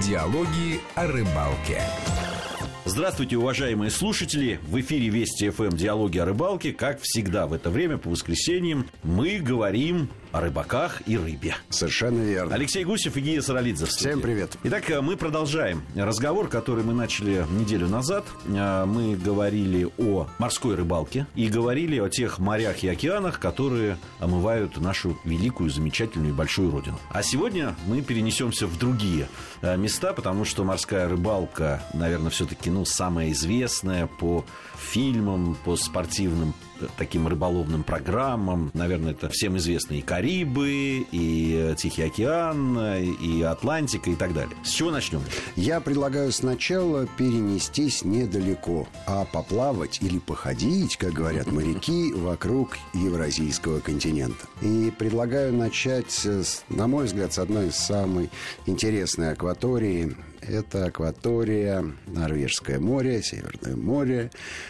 Диалоги о рыбалке. Здравствуйте, уважаемые слушатели! В эфире Вести ФМ «Диалоги о рыбалке». Как всегда в это время, по воскресеньям, мы говорим о рыбаках и рыбе. Совершенно верно. Алексей Гусев и Гия Саралидзе. Всем привет. Итак, мы продолжаем разговор, который мы начали неделю назад. Мы говорили о морской рыбалке и говорили о тех морях и океанах, которые омывают нашу великую, замечательную и большую родину. А сегодня мы перенесемся в другие места, потому что морская рыбалка, наверное, все-таки самая известная по фильмам, по спортивным таким рыболовным программам. Наверное, это всем известно и Карибы, и Тихий океан, и Атлантика, и так далее. С чего начнем? Я предлагаю сначала перенестись недалеко, а поплавать или походить, как говорят моряки, вокруг Евразийского континента. И предлагаю начать, на мой взгляд, с одной из самых интересных акваторий. Это акватория Норвежское море, Северное море,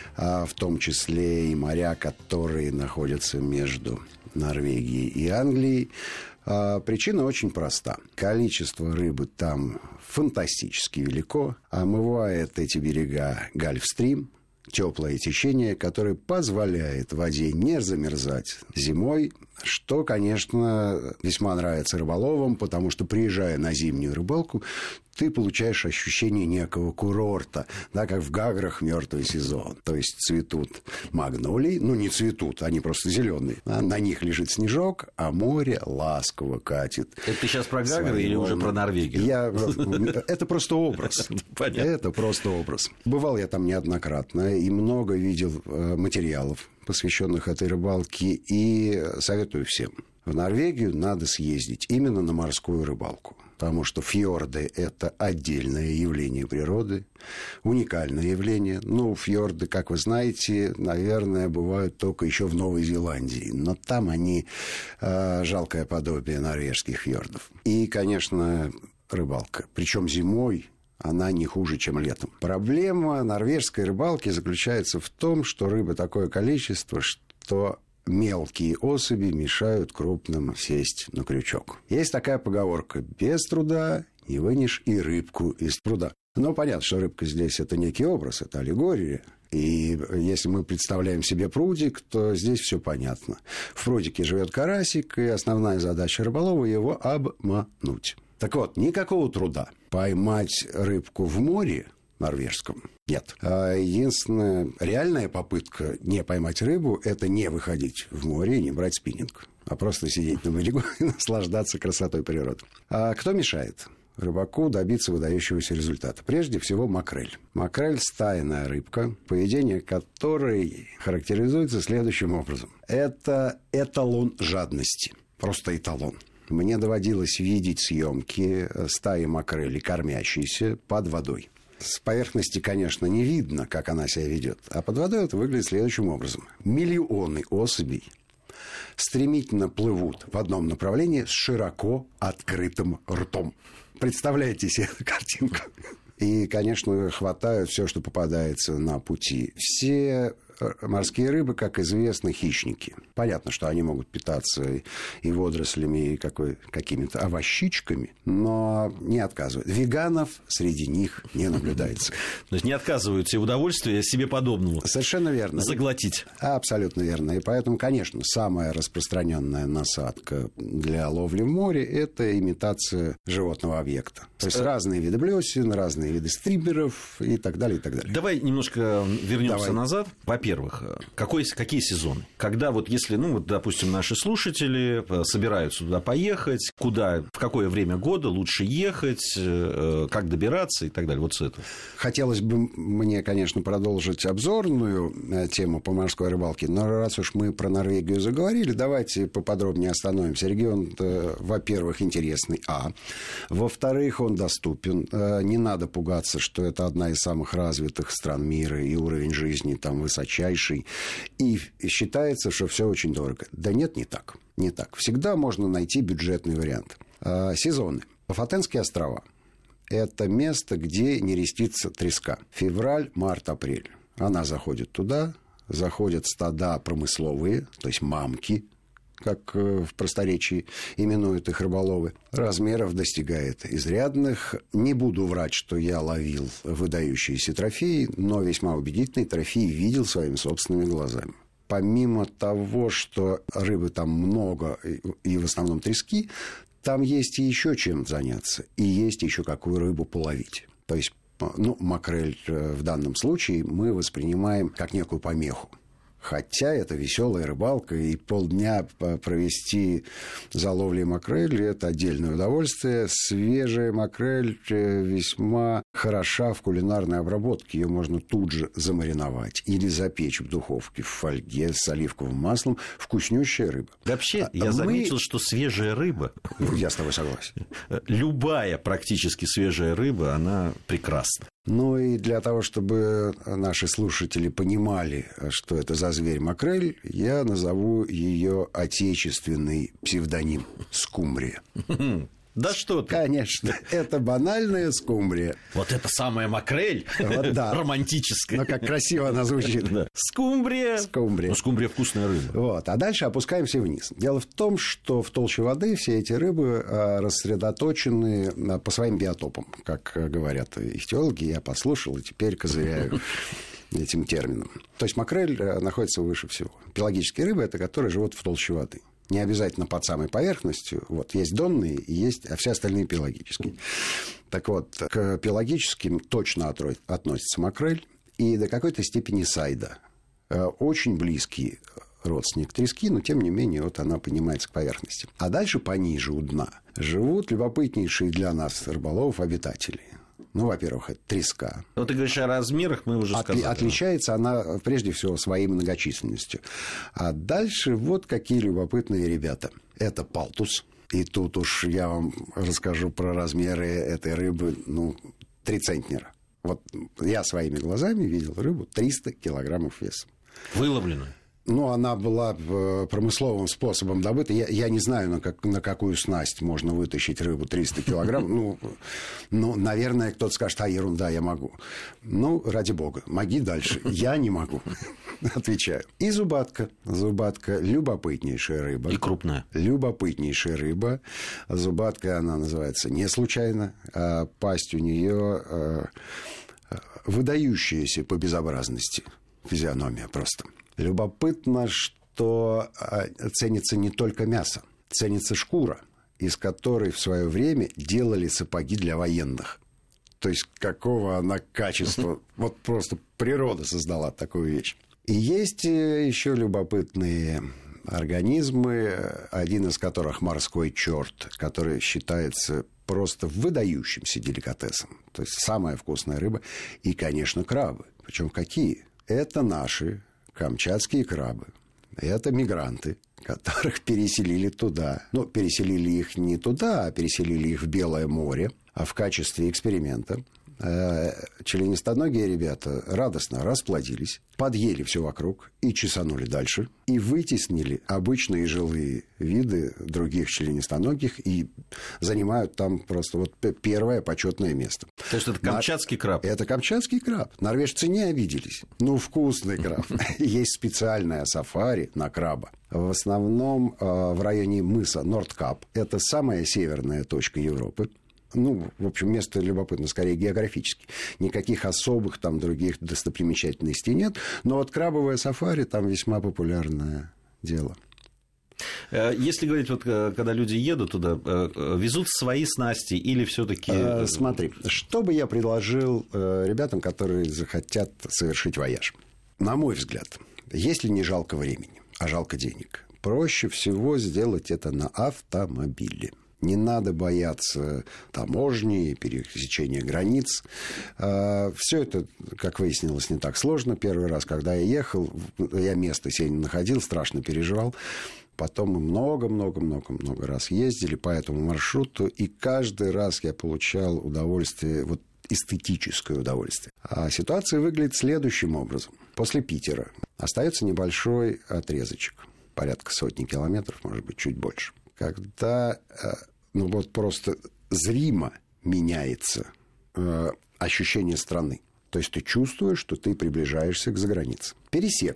в том числе и моря, которые находятся между Норвегией и Англией. Причина очень проста. Количество рыбы там фантастически велико. Омывает эти берега Гольфстрим, теплое течение, которое позволяет воде не замерзать зимой, что, конечно, весьма нравится рыболовам, потому что, приезжая на зимнюю рыбалку, ты получаешь ощущение некого курорта, да, как в Гаграх мертвый сезон. То есть цветут магнолии, не цветут, они просто зеленые. На них лежит снежок, а море ласково катит. Это ты сейчас про Гагры или уже про Норвегию? Это просто образ. Понятно. Это просто образ. Бывал я там неоднократно и много видел материалов, посвященных этой рыбалке, и советую всем. В Норвегию надо съездить именно на морскую рыбалку, потому что фьорды – это отдельное явление природы, уникальное явление. Фьорды, как вы знаете, наверное, бывают только еще в Новой Зеландии, но там они жалкое подобие норвежских фьордов. И, конечно, рыбалка, причем зимой, она не хуже, чем летом. Проблема норвежской рыбалки заключается в том, что рыбы такое количество, что мелкие особи мешают крупным сесть на крючок. Есть такая поговорка: без труда не вынешь и рыбку из пруда. Понятно, что рыбка здесь это некий образ, это аллегория. И если мы представляем себе прудик, то здесь все понятно. В прудике живет карасик, и основная задача рыболова его обмануть. Так вот, никакого труда поймать рыбку в море норвежском нет. Единственная реальная попытка не поймать рыбу – это не выходить в море и не брать спиннинг, а просто сидеть на берегу и наслаждаться красотой природы. А кто мешает рыбаку добиться выдающегося результата? Прежде всего, макрель. Макрель – стайная рыбка, поведение которой характеризуется следующим образом. Это эталон жадности. Просто эталон. Мне доводилось видеть съемки стаи макрели, кормящейся под водой. С поверхности, конечно, не видно, как она себя ведет, а под водой это выглядит следующим образом. Миллионы особей стремительно плывут в одном направлении с широко открытым ртом. Представляете себе эту картинку? И, конечно, хватают все, что попадается на пути. Все морские рыбы, как известно, хищники. Понятно, что они могут питаться и водорослями, и какими-то овощичками, но не отказывают. Веганов среди них не наблюдается. То есть не отказываются в удовольствии себе подобному. Совершенно верно. Заглотить. Абсолютно верно. И поэтому, конечно, самая распространенная насадка для ловли в море – это имитация животного объекта. То есть разные виды блесен, разные виды стримеров и так далее, и так далее. Давай немножко вернемся назад. Во-первых, какие сезоны? Когда если, допустим, наши слушатели собираются туда поехать, куда, в какое время года лучше ехать, как добираться и так далее, с этого. Хотелось бы мне, конечно, продолжить обзорную тему по морской рыбалке, но раз уж мы про Норвегию заговорили, давайте поподробнее остановимся. Регион, во-первых, интересный, во-вторых, он доступен. Не надо пугаться, что это одна из самых развитых стран мира, и уровень жизни там высочайший. И считается, что все очень дорого. Да нет, не так. Не так. Всегда можно найти бюджетный вариант. Сезоны. Лафотенские острова. Это место, где нерестится треска. Февраль, март, апрель. Она заходит туда. Заходят стада промысловые, то есть мамки, как в просторечии именуют их рыболовы, размеров достигает изрядных. Не буду врать, что я ловил выдающиеся трофеи, но весьма убедительные трофеи видел своими собственными глазами. Помимо того, что рыбы там много и в основном трески, там есть и еще чем заняться, и есть еще какую рыбу половить. То есть, макрель в данном случае мы воспринимаем как некую помеху. Хотя это веселая рыбалка, и полдня провести за ловлей макрели – это отдельное удовольствие. Свежая макрель весьма хороша в кулинарной обработке. Ее можно тут же замариновать или запечь в духовке в фольге с оливковым маслом. Вкуснющая рыба. Вообще, я заметил, что свежая рыба… Я с тобой согласен. Любая практически свежая рыба, она прекрасна. Ну и для того, чтобы наши слушатели понимали, что это за зверь макрель, я назову ее отечественный псевдоним – скумбрия. Да что ты? Конечно, это банальная скумбрия. Вот это самая макрель, вот, да. Романтическая. Но как красиво она звучит. Да. Скумбрия. Скумбрия. Ну, скумбрия вкусная рыба. Вот. А дальше опускаемся вниз. Дело в том, что в толще воды все эти рыбы рассредоточены по своим биотопам, как говорят ихтиологи. Я послушал и теперь козыряю этим термином. То есть макрель находится выше всего. Пелагические рыбы – это которые живут в толще воды. Не обязательно под самой поверхностью. Вот, есть донные, есть, а все остальные пелагические. Так вот, к пелагическим точно относится макрель и до какой-то степени сайда. Очень близкий родственник трески, но тем не менее вот она поднимается к поверхности. А дальше пониже у дна живут любопытнейшие для нас рыболовов обитатели. Ну, во-первых, это треска. Вот ты говоришь о размерах, мы уже сказали. Отличается она, прежде всего, своей многочисленностью. А дальше вот какие любопытные ребята. Это палтус. И тут уж я вам расскажу про размеры этой рыбы, 3 центнера. Вот я своими глазами видел рыбу 300 килограммов весом. Выловленную? Она была промысловым способом добыта. Я не знаю, на какую снасть можно вытащить рыбу 300 килограмм. Наверное, кто-то скажет, ерунда, я могу. Ради бога, моги дальше. Я не могу. Отвечаю. И зубатка. Зубатка – любопытнейшая рыба. И крупная. Любопытнейшая рыба. Зубатка, она называется не случайно. Пасть у нее выдающаяся по безобразности. Физиономия просто. Любопытно, что ценится не только мясо, ценится шкура, из которой в свое время делали сапоги для военных. То есть, какого она качества. Вот просто природа создала такую вещь. И есть еще любопытные организмы, один из которых морской черт, который считается просто выдающимся деликатесом. То есть, самая вкусная рыба. И, конечно, крабы. Причем какие? Это наши камчатские крабы. Это мигранты, которых переселили туда. Переселили их не туда, а переселили их в Белое море. А в качестве эксперимента членистоногие ребята радостно расплодились, подъели все вокруг и чесанули дальше. И вытеснили обычные жилые виды других членистоногих и занимают там просто первое почетное место. То есть это камчатский краб? Это камчатский краб. Норвежцы не обиделись. Вкусный краб. Есть специальное сафари на краба. В основном в районе мыса Нордкап. Это самая северная точка Европы. В общем, место любопытно, скорее географически. Никаких особых там других достопримечательностей нет. Но вот крабовое сафари там весьма популярное дело. Если говорить, когда люди едут туда, везут свои снасти или все-таки... Смотри, что бы я предложил ребятам, которые захотят совершить вояж? На мой взгляд, если не жалко времени, а жалко денег, проще всего сделать это на автомобиле. Не надо бояться таможни, пересечения границ. Все это, как выяснилось, не так сложно. Первый раз, когда я ехал, я место себе не находил, страшно переживал. Потом мы много-много-много раз ездили по этому маршруту, и каждый раз я получал удовольствие, эстетическое удовольствие. А ситуация выглядит следующим образом. После Питера остается небольшой отрезочек, порядка 100 километров, может быть, чуть больше. Когда просто зримо меняется ощущение страны. То есть ты чувствуешь, что ты приближаешься к загранице. Пересекши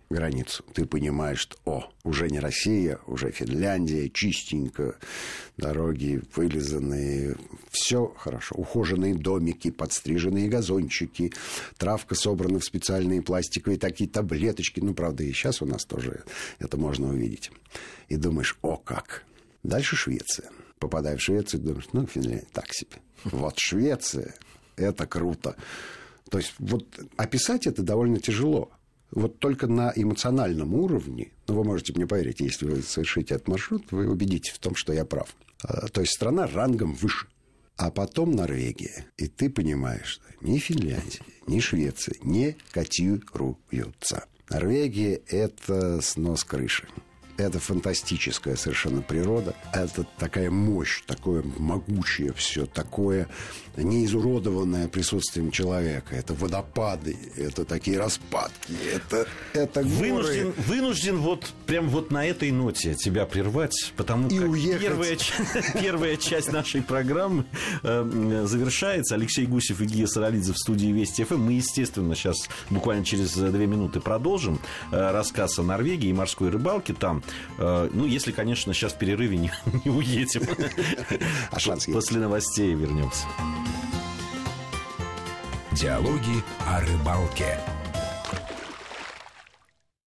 границу, ты понимаешь, что, уже не Россия, уже Финляндия, чистенько, дороги вылизанные, все хорошо, ухоженные домики, подстриженные газончики, травка собрана в специальные пластиковые такие таблеточки, правда, и сейчас у нас тоже это можно увидеть. И думаешь, как. Дальше Швеция. Попадая в Швецию, думаешь, Финляндия так себе. Вот Швеция, это круто. То есть, описать это довольно тяжело. Только на эмоциональном уровне, вы можете мне поверить, если вы совершите этот маршрут, вы убедитесь в том, что я прав. То есть, страна рангом выше. А потом Норвегия. И ты понимаешь, что ни Финляндия, ни Швеция не котируются. Норвегия – это снос крыши. Это фантастическая совершенно природа. Это такая мощь, такое могучее все, такое неизуродованное присутствием человека. Это водопады, это такие распадки, это горы. Вынужден прям на этой ноте тебя прервать, потому как первая часть нашей программы завершается. Алексей Гусев и Гия Саралидзе в студии Вести ФМ. Мы, естественно, сейчас буквально через 2 минуты продолжим рассказ о Норвегии и морской рыбалке там. Если, конечно, сейчас в перерыве не уедем. После новостей вернемся. Диалоги о рыбалке.